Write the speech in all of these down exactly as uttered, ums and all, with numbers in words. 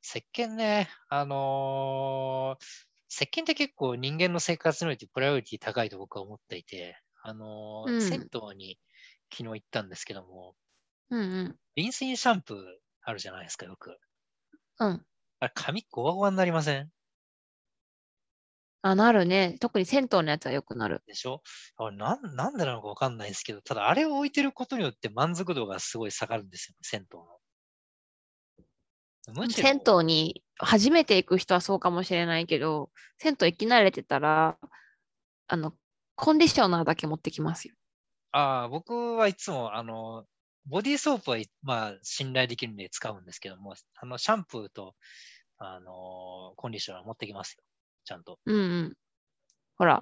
石鹸ね、あのー石鹸って結構人間の生活においてプライオリティ高いと僕は思っていて、あのー銭うん。 湯に昨日行ったんですけども、 うんうん。 リンスインシャンプーあるじゃないですか、よく。 うん。 あれ、髪ゴワゴワになりませんあ、なるね。特に銭湯のやつはよくなる。 でしょあれなん、なんでなのかわかんないですけど、ただあれを置いてることによって満足度がすごい下がるんですよね、銭湯の。むし銭ろ、 湯に初めて行く人はそうかもしれないけど、銭湯行き慣れてたら、あの、コンディショナーだけ持ってきますよ。 ああ、僕はいつも、あの、ボディーソープは、まあ、信頼できるんで使うんですけども、あの、シャンプーと、あの、コンディショナー持ってきますよ。ちゃんと。 うんうん。ほら。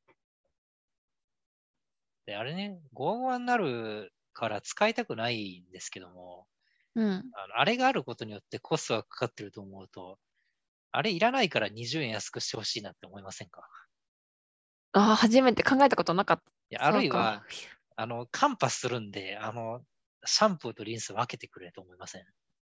で、あれね、ゴワゴワになるから使いたくないんですけども、 うん。 あの、あれがあることによってコストがかかってると思うと、あれいらないからにじゅうえん安くしてほしいなって思いませんか？ ああ、初めて考えたことなかった。 いや、あるいは、 そうか。 あの、カンパスするんで、あの、シャンプーとリンス分けてくれと思いません？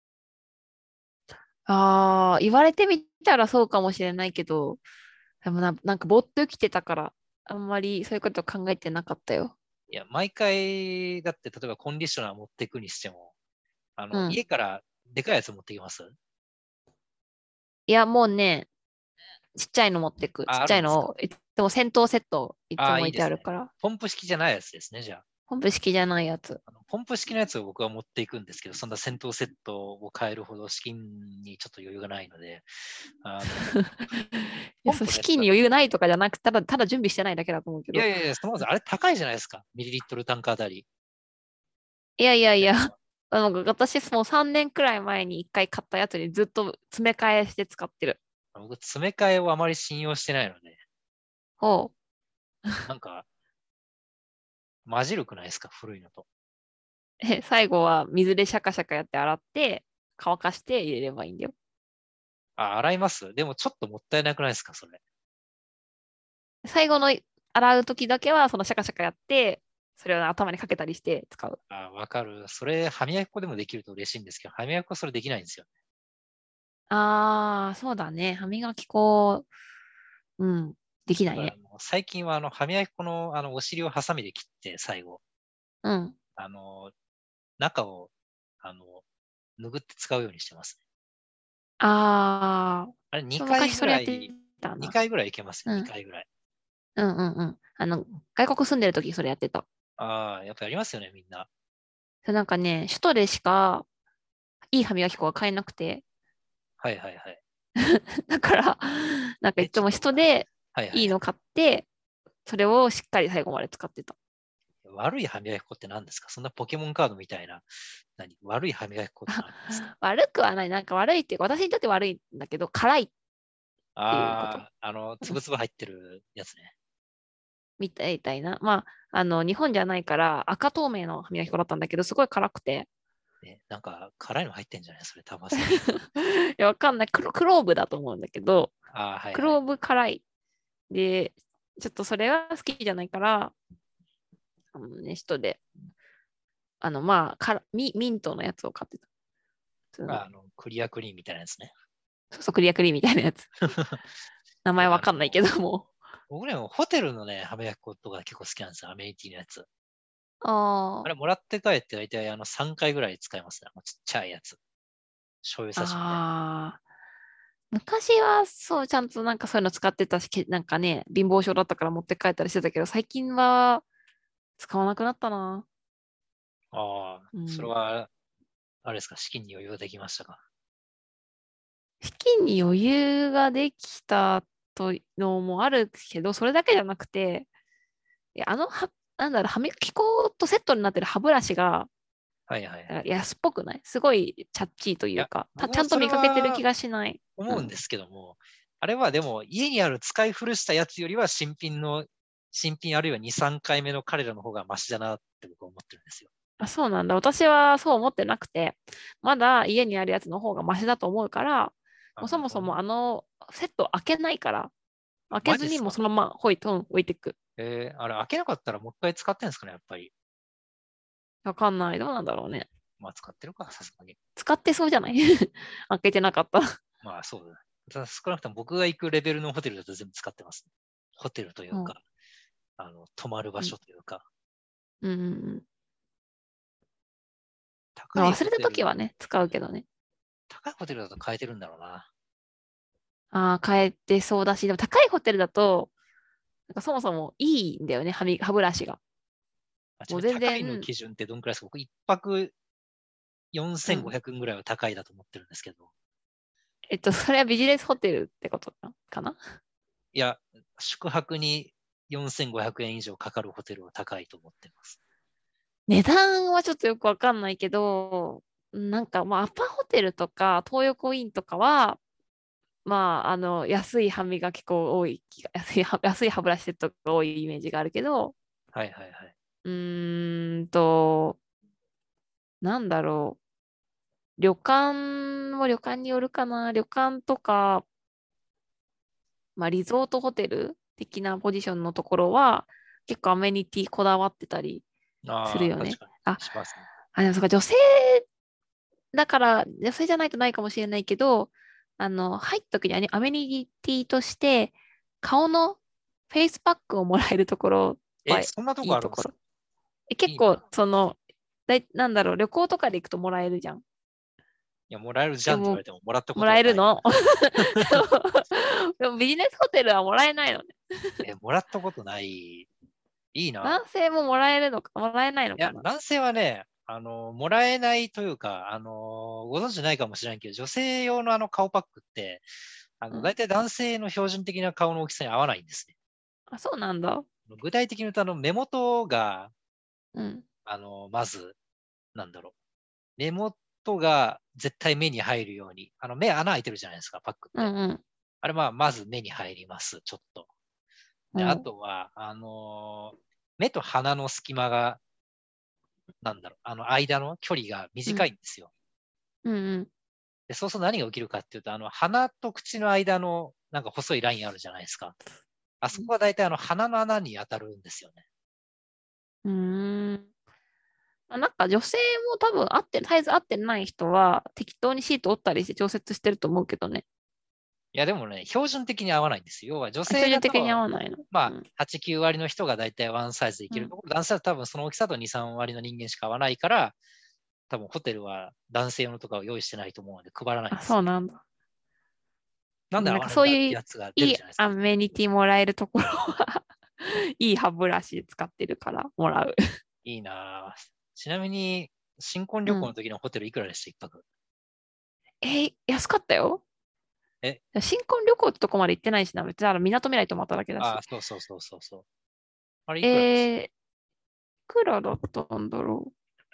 ああ、言われてみたらそうかもしれないけど、でもな、なんかぼーっと生きてたから、あんまりそういうこと考えてなかったよ。 いや、毎回、だって例えばコンディショナー持っていくにしても、あの、 うん。 家からでかいやつ持ってきます？ いや、もうね、ちっちゃいの持ってく。ちあ、 っあるんですか？ ちゃいのを、いつも戦闘セットいつあ、 も置いいいですね。 てあるから。 ポンプ式じゃないやつですね、じゃあ。 本部式じゃないやつ。 あのポンプ式のやつを僕は持っていくんですけど、そんな戦闘セットを買えるほど資金にちょっと余裕がないので、あの、 いや、 ポンそう、 プのやつだと、 資金に余裕ないとかじゃなくて、ただ、ただ準備してないだけだと思うけど。 いやいやいや、そもそもあれ高いじゃないですか。ミリリットル単価あたり。 いやいやいや、 やつはあの、私もうさんねんくらい前にいっかい買ったやつにずっと詰め替えして使ってる。 僕、詰め替えをあまり信用してないので、 ほう。 なんか、混じるくないですか、古いのと。 え、最後は水でシャカシャカやって洗って、乾かして入れればいいんだよ。 あ、洗いますでもちょっともったいなくないですか、それ。 最後の洗う時だけは、そのシャカシャカやって、それを頭にかけたりして使う。 あ、わかる。それ、歯磨き粉でもできると嬉しいんですけど、歯磨き粉それできないんですよ。 あー、そうだね。歯磨き粉、うん、できないね。 だからもう最近はあの歯磨き粉のあのお尻をハサミで切って、最後、 うん。 あの、中を、あの、拭って使うようにしてますね。 あー、 あれそう 2回昔それやってぐらい、 たな。 にかいぐらいいけますよ、 うん。 にかいぐらい。 うんうんうん。あの、外国住んでる時それやってた。 ああ、やっぱやりますよね、みんな。 そうなんかね、首都でしかいい歯磨き粉が買えなくて、 はいはいはい。 だから、なんかいえ、 つもちょっと、 人ではいはいはい。 いいの買って、それをしっかり最後まで使ってた。 悪い歯磨き粉って何ですか？そんなポケモンカードみたいな、何悪い歯磨き粉ってあるんですか？ 悪くはない。なんか悪いっていうか、私にとって悪いんだけど、辛いっていうこと。 ああ、あの、つぶつぶ入ってるやつね。 みたいみたいな。まあ、あの、日本じゃないから赤透明の歯磨き粉だったんだけど、すごい辛くて。 ね、なんか、辛いの入ってんじゃないそれ、タバスコとか。 いや、わかんない。クロ、クローブだと思うんだけど、 ああ、はいはい。 クローブ辛い。で、ちょっとそれが好きじゃないから、あのね、人で、あの、まあ、からミ、ミントのやつを買ってた。普通の。 あの、クリアクリーンみたいなやつね。 そうそう、クリアクリーみたいなやつ。名いや、あ前わかんないけの、 ども。 僕ね、ホテルのね、歯磨き粉とか結構好きなんですよ、アメニティのやつ。 ああ、 あれ、もらって帰って大体あのさんかいぐらい使いますね。あのちっちゃいやつ。醤油差しみたいああ。昔はそう、ちゃんとなんかそういうの使ってたし、けなんかね、貧乏症だったから持って帰ったりしてたけど、最近は使わなくなったな。 な。ああ、それうん。 は、あれですか、資金に余裕ができましたか？ 資金に余裕ができたというのもあるけど、それだけじゃなくて、いやあのは、なんだろう、歯磨き粉とセットになってる歯ブラシが、 はいはいはい。 なんか安っぽくないすごいチャッチーといや、 いうか、た、ちゃんと僕もそれ見かけてる気はがしない。うん。 思うんですけども、あれはでも家にある使い古したやつよりは新品の、新品あるいはに、さんかいめの彼らの方がマシだなって僕は思ってるんですよ。 あ、そうなんだ。私はそう思ってなくて、まだ家にあるやつの方がマシだと思うから、 あ、 もうそもそ本当に。 もあのセット開けないから、 あ、 開けずにマジっすか？ もうそのままほいとん置いてく。 えー、あれ開けなかったらもう一回使ってんですかね、やっぱり。 わかんない。どうなんだろうね。 まあ使ってるか、さすがに。 使ってそうじゃない開けてなかった。 まあそうだね。ただ少なくとも僕が行くレベルのホテルだと全部使ってますね。ホテルというか、あの泊まる場所というか。 うんうんうん。まあ忘れた高いホテル、 ときはね、使うけどね。 高いホテルだと変えてるんだろうな。 ああ、変えてそうだし、でも高いホテルだと、なんかそもそもいいんだよね、歯み歯ブラシが。 あ、ちなもうみに全然、 高いの基準ってどんくらいですか？僕一泊4500 うん。 円ぐらいは高いだと思ってるんですけど。 えっと、それはビジネスホテルってことかな。 いや、宿泊によんせんごひゃくえん以上かかるホテルは高いと思ってます。 値段はちょっとよくわかんないけど、なんか、まあ、アパホテルとか、東横インとかは、まあ、あの、安い歯磨き粉多い気が、安い歯、安い歯ブラシセットが多いイメージがあるけど、 はいはいはい。 うーんと、なんだろう。旅館も旅館によるかな。旅館とか、まあ、リゾートホテル的なポジションのところは、結構アメニティこだわってたりするああ、 よね。 確かにあ、 しますね。 あ、でもそうか、女性だから、女性じゃないとないかもしれないけど、あの、入った時にアニアメニティとして、顔のフェイスパックをもらえるところはえ、 いそんなとこあるんですか？ いところ。え結構、 いいな。 その、だい、なんだろう、旅行とかで行くともらえるじゃん。 いや、もらえるじゃんって言わでも、 れてももらったこもとはない。 らえるの。でもビジネスホテルはもらえないのね。 え、もらったことない。いいな。 男性ももらえるのか、もらえないのいや、 かな。 男性はね、あの、もらえないというか、あの、ご存知ないかもしれないけど、女性用のあの顔パックって、あの、大うん。 体男性の標準的な顔の大きさに合わないんですね。 あ、そうなんだ。 具体的に言うと、あの、目元が、 うん。 あの、まず、なんだろう。目元が絶対目に入るように、あの、目穴開いてるじゃないですか、パックって。 うんうん。 あれ、まあ、まず目に入ります、ちょっと。で、あうん。 とは、あの目と鼻の隙間が、なんだろう、あの、間の距離がうん。 短いんですよ。 うんうん。 で、そうすると何が起きるかっていうと、あの、鼻と口の間の、なんか細いラインあるじゃないですか。あそこは大体あの、鼻の穴に当たるんですよね。 うーん。まあなんか女性も多分合ってる、サイズ合ってない人は適当にシート折ったりして調節してると思うけどね。 いや、でもね、標準的に合わないんですよ。要は女あ、標性準的に合だと、 わないの。 まあ、 うん。 はち、きゅう割の人が大体ワンサイズでいうん。 けるところ、男性は多分その大きさとに、さん割の人間しか合わないから、多分ホテルは男性用のとかを用意してないと思うので配らないんあ、 ですよ。 そうなんだ。 なんで合なんかわないんだってそういうやつが出るいいじゃないですか。 アメニティもらえるところはいい歯ブラシ使ってるからもらう。 いいなぁ。ちなみに、新婚うん。 旅行の時のホテルいくらでした一泊？ えー安かったよ。 え、 新婚旅行ってとこまで行ってないしな。別にあの港未来泊まっただけだああ、 し。 そうそうそうそうそう。あれいえくらでした？ ー、いくらだったんだろ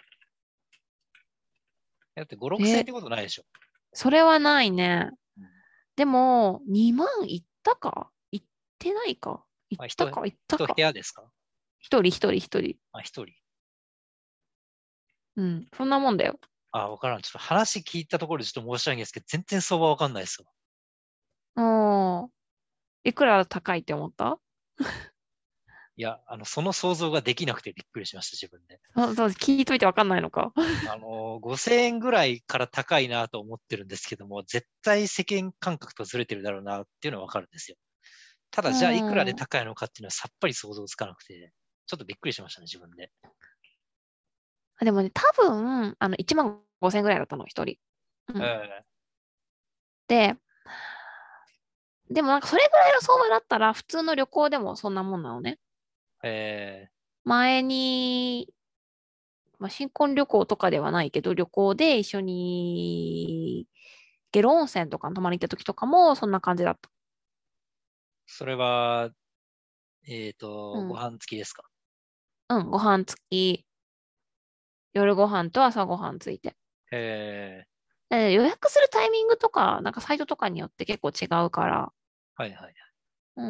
だってご、ろくせん円っう。え、 てことないでしょ。 それはないね。 うん、 でも、にまんいったかいってないかいっまあ、一、 たかいった一部か屋ですか？ 一人一人一人。 まあ、一人。 うん。そんなもんだよ。 ああ、わからん。ちょっと話聞いたところでちょっと申し訳ないんですけど、全然相場わかんないですよ。 おー。いくら高いって思った？ いや、あの、その想像ができなくてびっくりしました、自分で。 あ、そう、聞いといてわかんないのか。 あの、ごせんえんぐらいから高いなと思ってるんですけども、絶対世間感覚とずれてるだろうなっていうのはわかるんですよ。たうだ、じゃあいくらでん。 高いのかっていうのはさっぱり想像つかなくて、ちょっとびっくりしましたね、自分で。 あでもね、多分、あの、いちまんごせんぐらいだったの、一人。うん。 えで、でもなんかそれぐらいの相場だったら、普通の旅行でもそんなもんなのね。 ー、え前に、まあ、新婚旅行とかではないけど、旅行で一緒に、下呂温泉とかに泊まりに行った時とかも、そんな感じだった。 ー、それは、えっと、ごうん。 飯付きですか？ うん、ご飯付き、夜ご飯と朝ご飯付いて。 えで予約するタイミングとか、なんかサイトとかによって結構違うから、 ー、はいはい。 うん、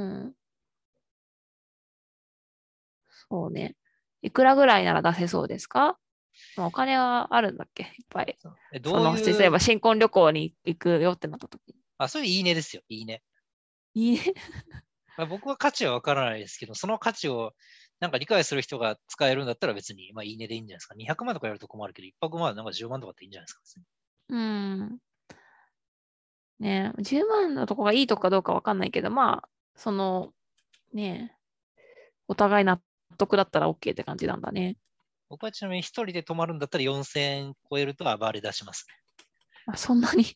そうね。いくらぐらいなら出せそうですか？まあお金はあるんだっけいっぱい。 そうえ、どうその、例えいう、 ば新婚旅行に行くよってなった時あ、そういういいねですよ、いいね。 に。いいね。 まあ、僕は価値はわからないですけど、その価値をなんか理解する人が使えるんだったら別に、まあいいねでいいんじゃないですか。にひゃくまんとかやると困るけど、一泊までなんかじゅうまんとかっていいんじゃないですか。別にうん。 ね、じゅうまんのとこがいいとこかどうかわかんないけど、まあ、その、ね、お互い納得だったら OK って感じなんだね。 僕はちなみに一人で泊まるんだったらよんせんえん超えると暴れ出しますあ、そんなに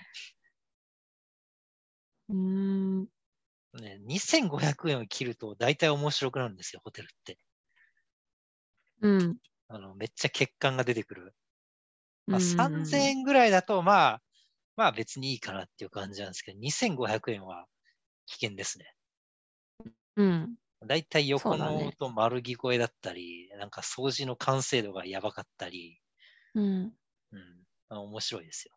うーん。 ね。ね、にせんごひゃくえんを切ると大体面白くなるんですよ、ホテルって。 うん。 あのめっちゃ欠陥が出てくる。まあ、 うん。 さんぜんえんぐらいだと、まあ、まあ別にいいかなっていう感じなんですけど、にせんごひゃくえんは危険ですね。 うん。 だいたい横のそうだね。 と丸聞こえだったり、なんか掃除の完成度がやばかったり、 うん。 うん、まあ、面白いですよ。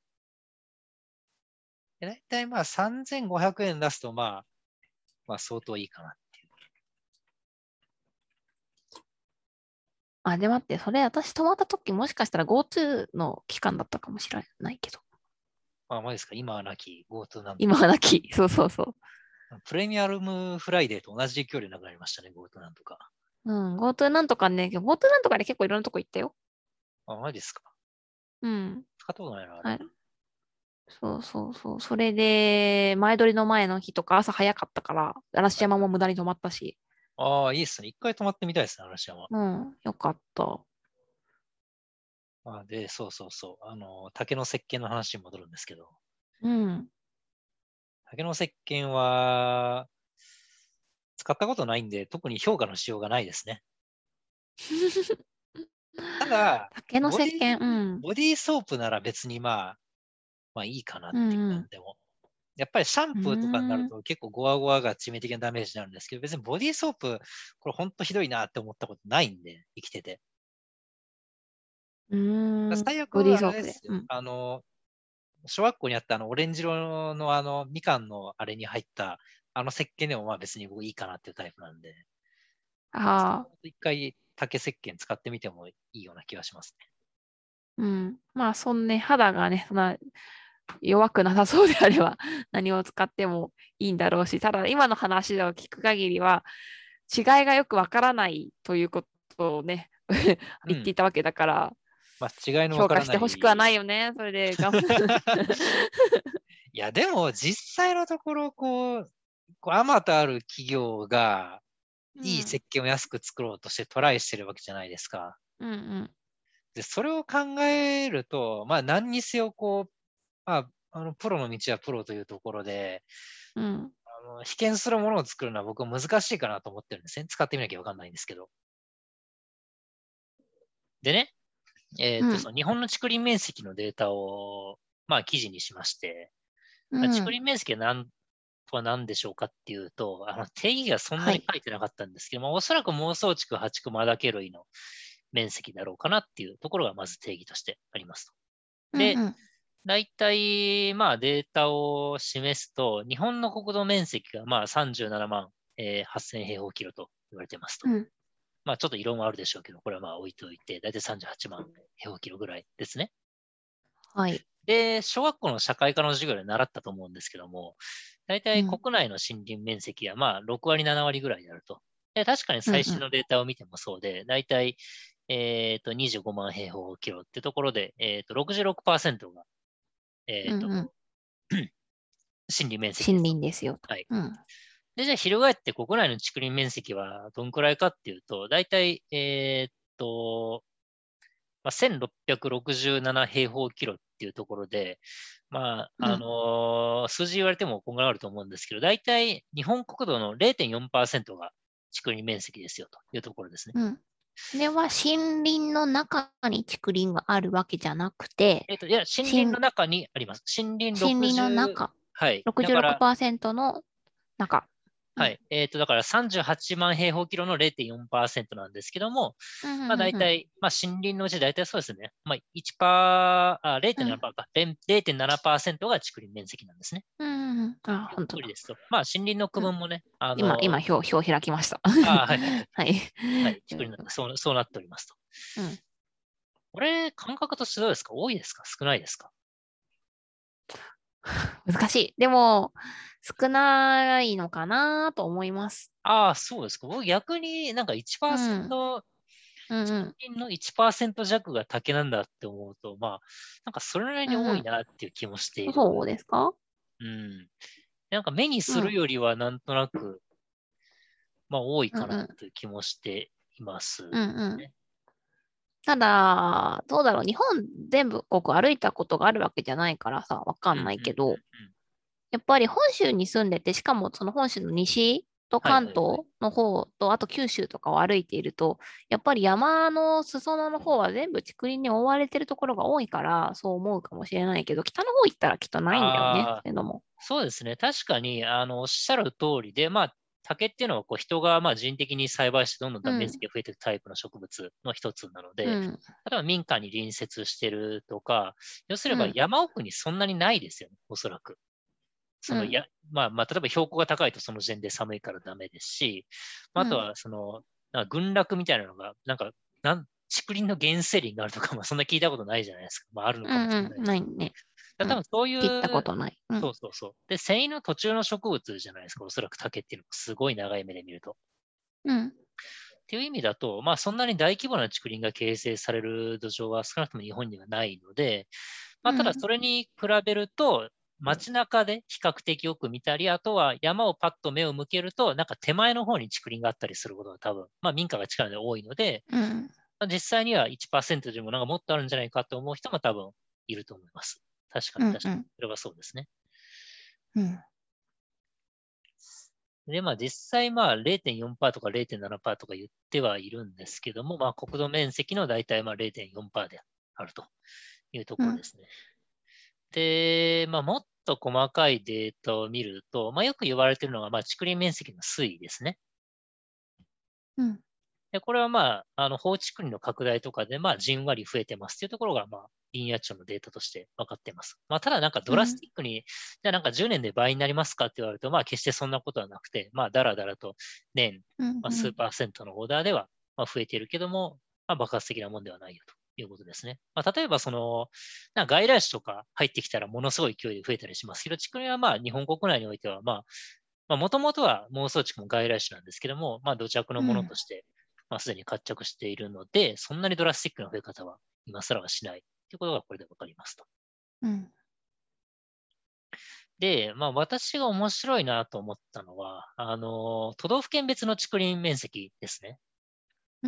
だいたいまあさんぜんごひゃくえん出すと、まあ、まあ相当いいかなっていう。 あ、で待って、それ私泊まった時もしかしたら GoTo の期間だったかもしれないけど。 まあ、まあですか、今はなき GoTo なんとか。 今はなき。そうそうそう。 プレミアムフライデーと同じ距離なくなりましたね、GoTo なんとか。 うん。GoTo なんとかね、GoTo なんとかで結構いろんなとこ行ったよ。 あ、マジですか。 うん。 使ったことないな、あれ。 はい。そうそうそう。それで、前撮りの前の日とか朝早かったから、嵐山も無駄に泊まったし。 ああ、いいっすね。一回泊まってみたいですね、嵐山。 うん。よかった。 あで、そうそうそう。あの、竹の石鹸の話に戻るんですけど、 うん。 竹の石鹸は、使ったことないんで、特に評価のしようがないですね。ただ、 竹のボディ、 石鹸、うん。 ボディーソープなら別にまあ、まあいいかなっうていうん感じでも。やっぱりシャンうプーとかになるん。うーん。 と結構ゴワゴワが致命的なダメージになるんですけど、別にボディーソープ、これほんとひどいなって思ったことないんで、生きてて。 うーん。 最ボデ悪、あィーソープで。 れですよ。 うん。 あの、小学校にあったあのオレンジ色のあのみかんのあれに入ったあの石鹸でもまあ別に僕いいかなっていうタイプなんで、 ああ。 一回竹石鹸使ってみてもいいような気がしますね。 うん。まあ、そんね、肌がね、そんな弱くなさそうであれば何を使ってもいいんだろうし、ただ今の話を聞く限りは、違いがよくわからないということをね、 うん。 言っていたわけだから、 まあ違いのわ評から価してほしくはない。 ないよね。それで頑張いや、でも実際のところ、こう、こうあまたある企業がいい石うん。 鹸を安く作ろうとしてトライしてるわけじゃないですか。 うんうん。 で、それを考えると、まあ何にせよ、こう、まあ、あの、プロの道はプロというところで、 うん。 あの、被験するものを作るのは僕は難しいかなと思ってるんですね。使ってみなきゃわかんないんですけど。でね、えっと、そうん。 の日本の竹林面積のデータを、まあ記事にしまして、 うまあ、竹ん。 林面積は何とは何でしょうかっていうと、あの定義がそんなはい。 に書いてなかったんですけども、おそらく妄想地区、破竹、マダケ類の面積だろうかなっていうところがまず定義としてありますと。で、 うんうん。 大体、まあデータを示すと、日本の国土面積がまあさんじゅうななまん、えーはっせん平方キロと言われてますと。 うん。 まあちょっと異論はあるでしょうけど、これはまあ置いておいて、大体さんじゅうはちまん平方キロぐらいですね。 はい。 で、小学校の社会科の授業で習ったと思うんですけども、大体うん。 国内の森林面積はまあろく割、なな割ぐらいであると。で、確かに最新うんうん。 のデータを見てもそうで、大体、えっと、にじゅうごまん平方キロってところで、えっと、ろくじゅうろくパーセントが、えっと、 うんうん。 森林面積で森すと。 林ですよと。 はい。 うん。 で、じゃあ、翻って国内の竹林面積はどんくらいかっていうと、大体、えっと、まあ、せんろっぴゃくろくじゅうなな平方キロっていうところで、まあ、あうん。 のー数字言われてもこんがらがると思うんですけど、大体日本国土のれいてんよんパーセントが竹林面積ですよというところですね。 うん。それは森林の中に竹林があるわけじゃなくて、 えっと、いや、森林の森、 中にあります。森林森林のろくじゅう、 中、 はい。だから、 ろくじゅうろくパーセントの中。うん。 はい。えっと、だからさんじゅうはちまん平方キロのれいてんよんパーセントなんですけども、 うんうんまあうんうん。 大体、まあ森林のうち大体そうですね。まあいちパーセント、あ、 うんれいてんななパーセントか。れいてんななパーセントが竹林面積なんですね。 うんうんうん。あ、 ゆっ本当だ。 くりですと。まあ森林の区うん。 分もね、あ今、今、 の、 表、表開きました。 あ、はいはいはい。 はい。 はい。竹林なんで、そう、そうなっておりますと。 うん。 これ、感覚としてどうですか？多いですか？少ないですか？ 難しい。でも、少ないのかなと思います。 ああ、そうですか。僕逆になんかうん。 いちパーセント、 うんう竹ん。 林のいちパーセント弱が竹なんだって思うと、まあ、なんかそれなりに多いうんなっていう気もしている。 そうですか？ うん。なんか目にするよりはなんとなく、まあ多いかなという気もしています、ね。 うんうん。ただ、どうだろう。日本全部国歩いたことがあるわけじゃないからさ、わかんうんうんうんうん。 ないけど、やっぱり本州に住んでて、しかもその本州の西と関はいはいはい。 東の方と、あと九州とかを歩いていると、やっぱり山の裾野の方は全部竹林に覆われてるところが多いから、そう思うかもしれないけど、北の方行ったらきっとないんだよね、 ああ、 そういうのも。 そうですね。確かに、あの、おっしゃる通りで、まあ、竹っていうのはこう人がまあ人的に栽培してどんどん面うん、 積が増えていくタイプの植物の一つなので、 うん、 例えば民家に隣接してるとか、要すればうん、 山奥にそんなにないですよね、おそらく。そのうん、 や、まあ、まあ、例えば標高が高いとその時点で寒いからダメですし、まあ、あとうん、 はその、なんか群落みたいなのが、なんか、なん、竹林の原生林があるとか、まあ、そんな聞いたことないじゃないですか。まあ、あるのかもしれうん、うん、 ないですけど。 ないね。 だうん。 から多分そう聞いたこいう、 とない。うん、 そうそうそう。で、繊維の途中の植物じゃないですか。おそらく竹っていうのもすごい長い目で見ると。 うん、 っていう意味だと、まあそんなに大規模な竹林が形成される土壌は少なくとも日本にはないので、まあただうん、 それに比べると、街中で比較的よく見たり、あとは山をパッと目を向けると、なんか手前の方に竹林があったりすることが多分、まあ民家が近いので多いので、 うん、 まあ実際にはいちパーセントでもなんかもっとあるんじゃないかと思う人も多分いると思います。確かうん、 に確かに。 うん、 それはそうですね。 うん。 で、まあ実際まあれいてんよんパーセントとかれいてんななパーセントとか言ってはいるんですけども、まあ国土面積の大体まあれいてんよんパーセントであるというとうん、 ころですね。で、まあもっと細かいデータを見ると、まあよく言われているのがまあ竹林面積の推移ですね。 うん、 で、これはまあ、あの放置竹林の拡大とかでまあじんわり増えてますっていうところがまあ林野庁のデータとして分かっています。まあただなんかドラスうん、 ティックに、じゃあなんかじゅうねんで倍になりますかって言われると、まあ決してそんなことはなくて、まあだらだらと年、 うん、 まあ、数パーセントのオーダーではまあ増えているけども、まあ爆発的なもんではないよということですね。まあ例えばその、なんか外来種とか入ってきたらものすごい勢いで増えたりしますけど、竹林はまあ日本国内においてはまあ、まあもともとは孟宗竹も外来種なんですけども、まあ土着のものうん、 としてまあ、すでに活着しているので、そんなにドラスティックな増え方は今更はしないということがこれでわかりますと。 うん、 で、まあ、私が面白いなと思ったのは、あの、都道府県別の竹林面積ですね。 うん、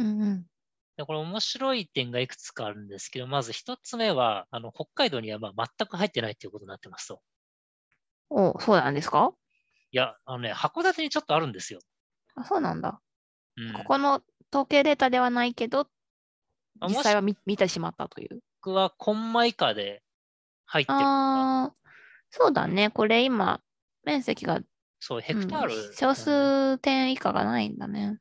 でこれ面白い点がいくつかあるんですけど、まず一つ目は、あの、北海道にはまあ全く入ってないということになってますと。 お、そうなんですか？ いや、あのね、函館にちょっとあるんですよ。 あ、そうなんだ。 うん。 ここの統計データではないけど、 まあ、もし実際は見、見てしまったという。 くはコンマ以下で入ってるのか、 ああ、そうだね。これ今、面積が、 そう、ヘクターうん、小ルなんで、 数点以下がないんだね。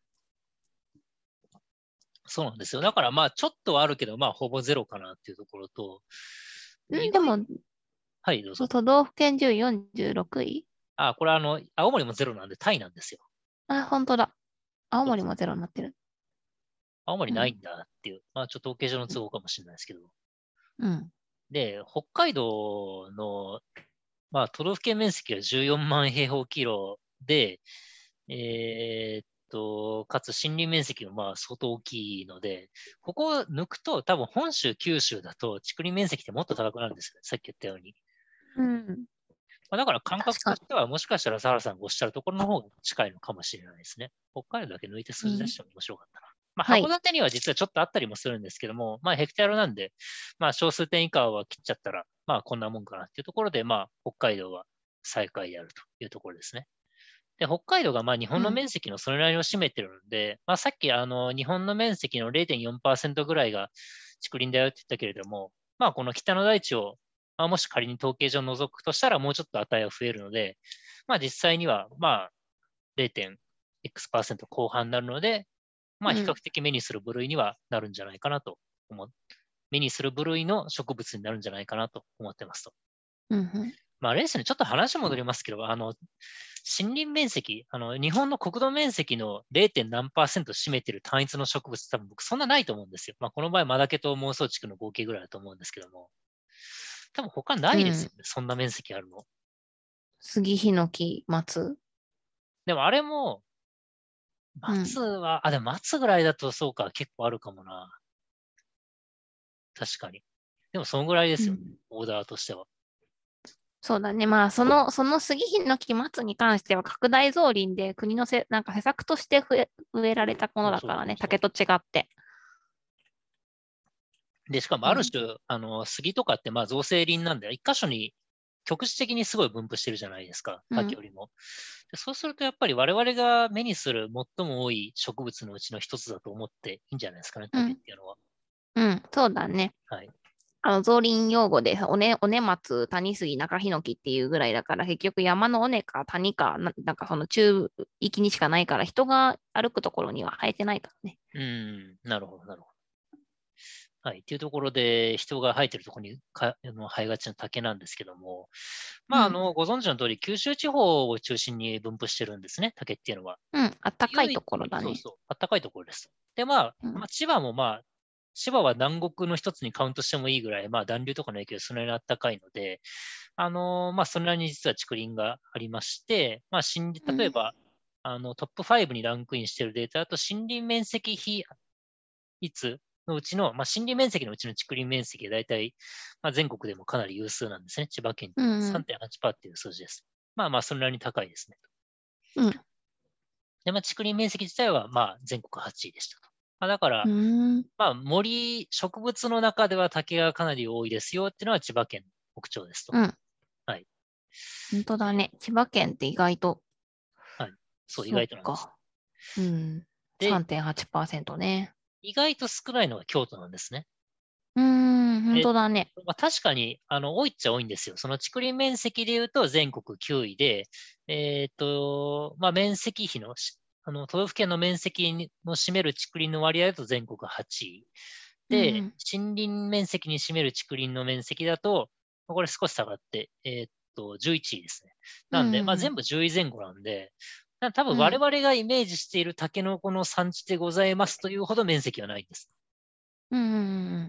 そうなんですよ。だからまあ、ちょっとはあるけど、まあ、ほぼゼロかなっていうところと、で意んで外、 も、 はい、どうぞ。 都道府県中よんじゅうろくい。 あ、これあの、青森もゼロなんでタイなんですよ。 あ、本当だ。青そうそう。 森もゼロになってる。 青森うん、 ないんだっていう、まあ、ちょっと統計上の都合かもしれないですけど。 うん、 で、北海道の、まあ、都道府県面積がじゅうよんまん平方キロで、えーっと、かつ森林面積もまあ相当大きいので、ここを抜くと多分本州、九州だと竹林面積ってもっと高くなるんですよね。さっき言ったように。 うん。 まあ、だから感覚確かに。 としては、もしかしたらサハラさんがおっしゃるところの方が近いのかもしれないですね。北海道だけ抜いて数字出うん。 しても面白かったな。まあ、 はい。 函館には実はちょっとあったりもするんですけども、まあ、ヘクタールなんで、まあ、小数点以下は切っちゃったら、まあ、こんなもんかなっていうところで、まあ、北海道は最下位であるというところですね。で、北海道がまあ日本のうん。 面積のそれなりを占めてるので、まあ、さっきあの日本の面積のれいてんよんパーセントぐらいが竹林だよって言ったけれども、まあ、この北の大地を、まあ、もし仮に統計上除くとしたらもうちょっと値は増えるので、まあ、実際にはまあ れい. X% 後半になるので、まあ、比較うん。 的目にする部類にはなるんじゃないかなと思う。目にする部類の植物になるんじゃないかなと思ってますと。 うん。 まあ、レースにちょっと話戻りますけど、あの、森林面積、あの、日本の国土面積の れい. 何パーセント占めてる単一の植物、多分僕そんなないと思うんですよ。まあ、この場合、マダケと孟宗竹の合計ぐらいだと思うんですけども、多分他なうん。 いですよね。そんな面積あるの。 杉、ヒノキ、松。 でもあれも、 うん。 松は、あ、でも松ぐらいだとそうか、結構あるかもな。確かに。でもそのぐらいですよね。 うん。 オーダーとしては。 そうだね。まあ、その、その杉ヒノキ松に関しては拡大造林で国のせ、なんか施策として植え、植えられたものそうだからね。 そうそうそ竹と違って。 う。で、しかもうん。 ある種、あの、杉とかってまあ造成林なんで、一箇所に局地的にすごい分布してるじゃないですか、 うん。 竹よりも。でそうするとやっぱり我々が目にする最も多い植物のうちの一つだと思っていいんじゃないですかね、 うん。 竹っていうのは。 うん。そうだね。 はい。 あの、造林用語で、おね、おね松、谷杉、中ヒノキっていうぐらいだから、結局山の尾根か谷か、な、なんかその中域にしかないから、人が歩くところには生えてないからね。 うん、なるほど、なるほど。はい。っていうところで、人が生えてるところにかあの生えがちな竹なんですけども、まあ、あうん。 の、ご存知の通り、九州地方を中心に分布してるんですね、竹っていうのは。 うん。あったかい唯一、 ところだね。 そうそう、暖かいところです。で、まあ、 うん。 まあ、千葉もまあ、千葉は南国の一つにカウントしてもいいぐらい、まあ、暖流とかの影響でそれなりに暖かいので、あのーまあ、それなりに実は竹林がありまして、まあ、森林、 うん。 例えば、あの、トップファイブにランクインしているデータだと、森林面積比率のうちの、まあ、森林面積のうちの竹林面積が大体、まあ、全国でもかなり有数なんですね。千葉県っていうのはうん。 さんてんはちパーセントっていう数字です。まあまあ、それなりに高いですね。 うん。 で、まあ、竹林面積自体は、まあ、全国はちいでしたと。まあ、だかうら、 ん。 まあ、森、植物の中では竹がかなり多いですよっていうのは千葉県の特徴ですと。 うん。 はい。 本当だで、 ね。千葉県って意外と、 はい。そう、意そっ外となんです。 か。うん。 で、 さんてんはちパーセントね。 意外と少ないのが京都なんですね。 うーん。本で、 当だね。 まあ、確かに、あの、多いっちゃ多いんですよ。その竹林面積で言うと全国きゅういで、えっと、まあ、面積比のし、あの、都道府県の面積の占める竹林の割合だと全国はちい。で、 うん。 森林面積に占める竹林の面積だと、これ少し下がって、えっと、じゅういちいですね。 うなんで、まあ、 ん。 全部じゅういぜん後なんで、な多分我うん。 々がイメージしているタケノコの産地でございますというほど面積はないんです。 うん。うん。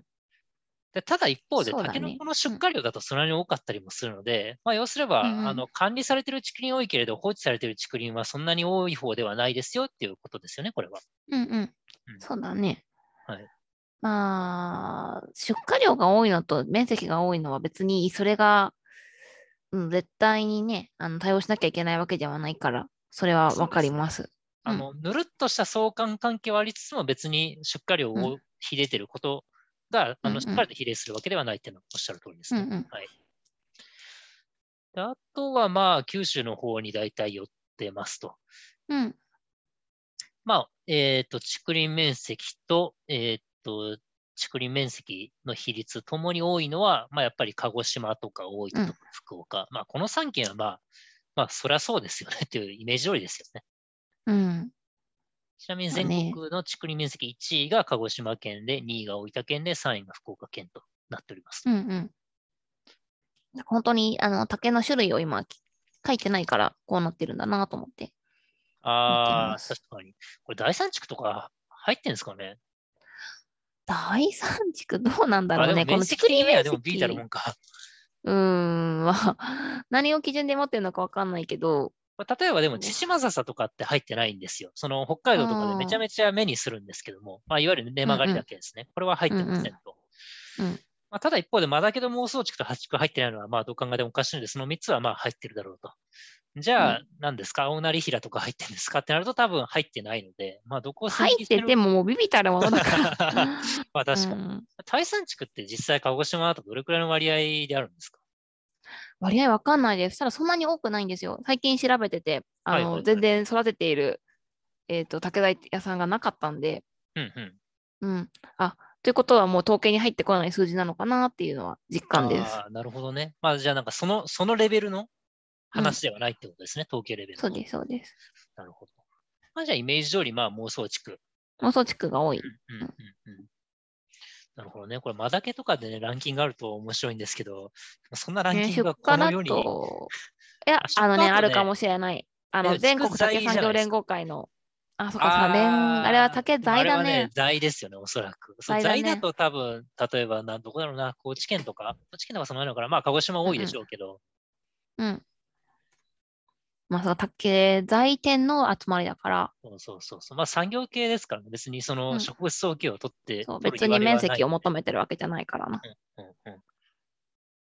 でただ一方で、タケノそうだね。 コの出うん。 荷量だとそれなりに多かったりもするので、まあ、要すれうば、あん。 の、管理されている竹林多いけれど、放置されている竹林はそんなに多い方ではないですよっていうことですよね、これは。 うん。うん。 うん。 そうだね。 はい。 まあ、出荷量が多いのと面積が多いのは別にそれが、うん、絶対にね、あの対応しなきゃいけないわけではないから、それはわそうですね。 かります。うん。 あの、ぬるっとした相関関係はありつつも別に出荷量うん。 を比例ていることが、あの、しっかうん。 りと比例するわけではないっていうのはおっしゃる通りですうん。うね。 ん。 はい。であとはまあ、九州の方に大体寄ってますと。 うん。 まあ、えっと、竹林面積と、えっと、竹林面積の比率ともに多いのは、まあ、やっぱり鹿児島とか大分うん。 とか福岡。まあ、このさん県はまあ、まあ、そりゃそうですよねっていうイメージ通りですよね。 うん。 ちなみに全だね。 国の竹林面積いちいが鹿児島県で、にいが大分県で、さんいが福岡県となっております。 うん。うん。本当に、あの、竹の種類を今書いてないから、こうなってるんだなと思って見てああ、確ます。 かに。これ第三地区とか入ってんですかね。 第三地区どうなんだあ、 ろうね。こでも面の竹林面積的にはでもビータるも積、 んか。 うーん、まあ、何を基準で持ってるのかわかんないけど、 まあ例えばでも、 う千島笹とかって入ってないんですよ。その北海道とかでめちゃあめちゃ目にするんですけども、まあ、いわゆる根曲がりだうんうん、 けですね。これは入ってうんうん、 ませんと。 うん。 まあ、ただ一方で、マダケと妄想地区と八地区入ってないのは、まあ、どう考えてもおかしいので、そのみっつはまあ入ってるだろうと。じゃあ、 うん何ですか青成平とか入ってるんですかってなると多分入ってないので、まあ、どこを線入って引きしてるてももうビビたるものだから。 まあ、 う確かに。 ん。 対山地区って実際鹿児島だとどれくらいの割合であるんですか？ 割合わかんないです。ただそんなに多くないんですよ。最近調べてて、あの、全はいはいはい。 然育てている、えっと、竹材屋さんがなかったんで、 うんうん。 うん。あ、ということはもう統計に入ってこない数字なのかなっていうのは実感です。 ああ、なるほどね。まあ、じゃあなんかその、そのレベルのうん。 話ではないってことですね。統計レベルの。 そうです、そうです。 なるほど。まあ、じゃあイメージ通り、まあ妄想地区。 妄想地区が多い。 うんうんうん。 うんうん。なるほどね。これ、マダケとかでね、ランキングあると面白いんですけど、そんなランね、 キングがこ出荷だの世に、 と、いや、 あ、出あのね、 荷だとね、 あるかもしれない。あの、 え、地区全国竹材じゃないですか。 産業連合会の、あ、そっかそっか、連、あれはあー、 竹でもあれはね、 材だね。 材ですよね、おそらく。そう、 材だね。 材だと多分、例えば、なんどこだろうな、高知県とか、高知県とかその辺のから、まあ、鹿児島多いでしうんうん。 ょうけど、 うん。まあ、そう、竹材店の集まりだから、 そうそうそうそう。まあ、産業系ですからね、別にそのうん。 植物統計を取って、 そう、 取る言われ別に面はないので。 積を求めてるわけじゃないからな。 うんうんうん。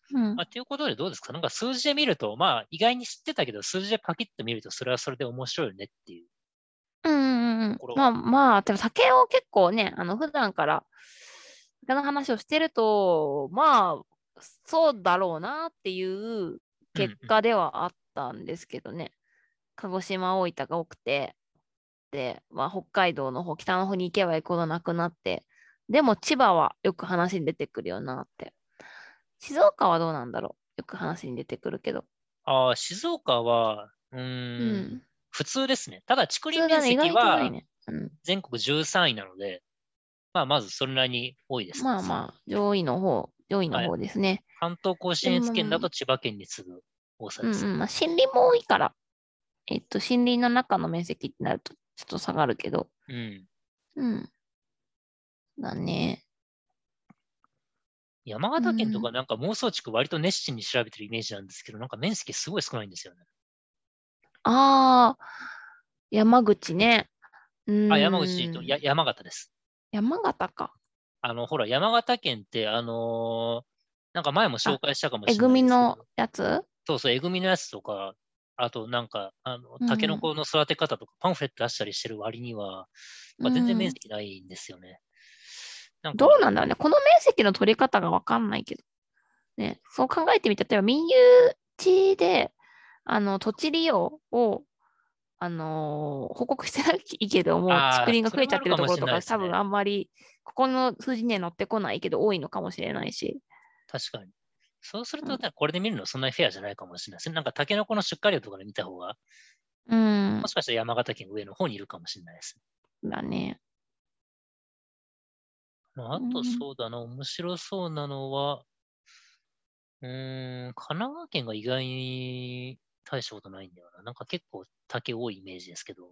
うんまあ、ということでどうですか？なんか数字で見ると、まあ意外に知ってたけど、数字でパキッと見ると、それはそれで面白いよねっていううんうんうん。 ところは。 まあまあ、でも竹を結構ね、あの、普段から竹の話をしてると、まあ、そうだろうなっていううんうん。 結果ではあったんですけどね。鹿児島、大分が多くて、で、まあ、北海道の方、北の方に行けば行くほどなくなって、でも千葉はよく話に出てくるよなって。静岡はどうなんだろう。よく話に出てくるけど。 ああ、静岡は、うーん、 うん。 普通ですね。ただ、竹林面普通だね。意外とない積はね。うん。 全国じゅうさんいなので、まあ、まずそれなりに多いですね。 まあまあ、上位の方、上位のはい。 方ですね。 関東甲でも、 信越圏だと千葉県に次ぐ多さですね。 うんうん。まあ、森林も多いから、えっと、森林の中の面積ってなると、ちょっと下がるけど。 うん。 うん。だね。 山う形県とかん。 なんか妄想地区割と熱心に調べてるイメージなんですけど、なんか面積すごい少ないんですよね。 ああ、山口ね。うあ、山口と、や、 ーん。 山形です。 山形か。 あの、ほら、山形県って、あのーなんか前も紹あ、 介したかもえしれぐみのないですけど、 やつ。 そうそう、えぐみのやつとか、あとなんか、あの、タケノうん。 コの育て方とかパンフレット出したりしてる割には、 うまあ、全然面ん。 積ないんですよね。なんどうか、 なんだろうね。この面積の取り方がわかんないけど。ね。そう考えてみて、例えば民有地で、あの、土地利用を、あのー報告してないけども、竹ああ、 林が増えちゃっそれもあるかもしれてるところとか、多分ないですね。 あんまり、ここの数字には載ってこないけど、多いのかもしれないし。 確かに。そうすると、 うん。 これで見るのそんなにフェアじゃないかもしれないですね。なんか、タケノコの出荷量とかで見た方が、 うん。 もしかしたら山形県上の方にいるかもしれないですね。 だね。 まあ、あとうん。 そうだな、面白そうなのは、うーん、神奈川県が意外に大したことないんだよな。なんか結構竹多いイメージですけど。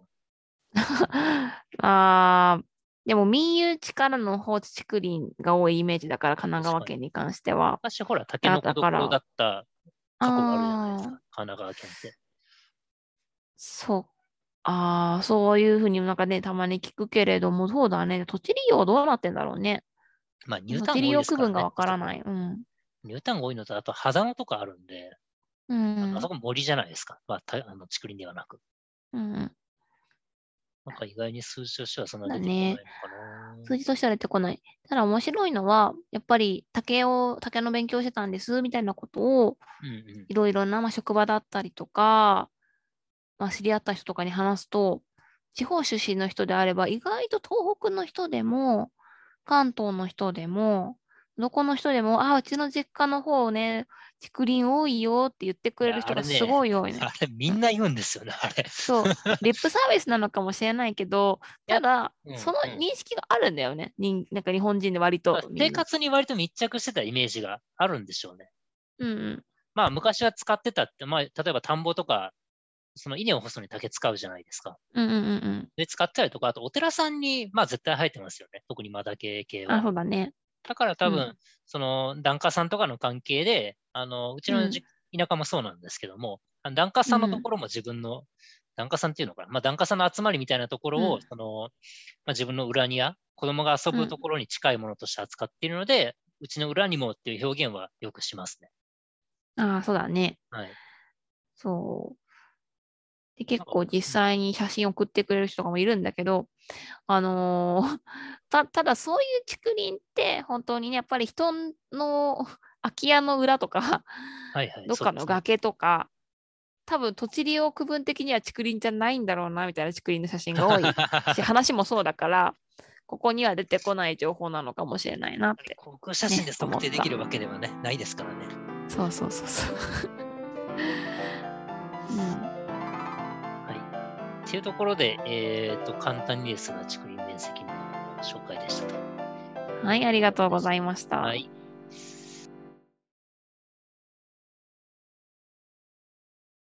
あー、でも民有地からの放置竹林が多いイメージだから、神奈確かに。 川県に関しては。 昔ほら、竹だ、 の子どころだだから、 った過去があるじゃないですか。 あー、 神奈川県って。 そう。ああ、そういうふうになんかね、たまに聞くけれども、そうだね。土地利用どうなってんだろうね。 まあ、入土炭が多い地利用区分がですからね、あそこ。 わからない。うん。 入炭が多いのと、あと、ハザノとかあるんで、 うあの、あそん。 こ森じゃないですか。まあ、たあの、竹林ではなく。 うん。 なんか意外に数字としてはそんな出てこなだね。 いのかな。 数字としては出てこない。ただ面白いのは、やっぱり竹を、竹の勉強してたんです、みたいなことを、 うんうん。 いろいろな、まあ、職場だったりとか、まあ、知り合った人とかに話すと、地方出身の人であれば、意外と東北の人でも、関東の人でも、どこの人でも、あ、うちの実家の方ね、竹林多いよって言ってくいや、あれる人がすれね、 ごい多いね。 あれみうん。 んな言うんですよね、あれ。 そう。リップサービスなのかもしれないけど、 いや、 ただ、そのうんうん。 認識があるんだよね。になんか日本人で割とみ生んな。 活に割と密着してたイメージがあるんでしょうね。 うんうん。 まあ、昔は使ってたって、まあ、例えば田んぼとか、その稲を干すのに竹使うじゃないですか。 うんうんうんうん。 で、使ったりとか、あとお寺さんに、まあ絶対入ってますよね。特にマダケ系あ、 は。 そうだね。 だから多分、 うん。 その、檀家さんとかの関係で、あの、うちのじうん。 田舎もそうなんですけども、あの檀家うん。 さんのところも自分の、檀家さんっていうのかな、まあ檀家さんの集まりみたいなところを、 うん。 その、まあ、自分の裏庭、子供が遊うん。 ぶところに近いものとして扱っているので、うちの裏にもっていう表現はよくしますね。 ああ、そうだね。 はい。 そう。で、結なんか、 構実うん、 際に写真送ってくれる人とかもいるんだけど、あのーた、ただそういう竹林って本当にね、やっぱり人の空き家の裏とか、 はいはい、 どっそうですね。 かの崖とか、多分土地利用区分的には竹林じゃないんだろうな、みたいな竹林の写真が多いし、話もそうだから、ここには出てこない情報なのかもしれないなって航空写真でね、思った。 測定できるわけではね、ないですからね。 そうそうそうそう。うん。 はい。っていうところで、えっと、簡単にですが、竹林面積の紹介でしたと。 はい、ありがとうございました。 はい。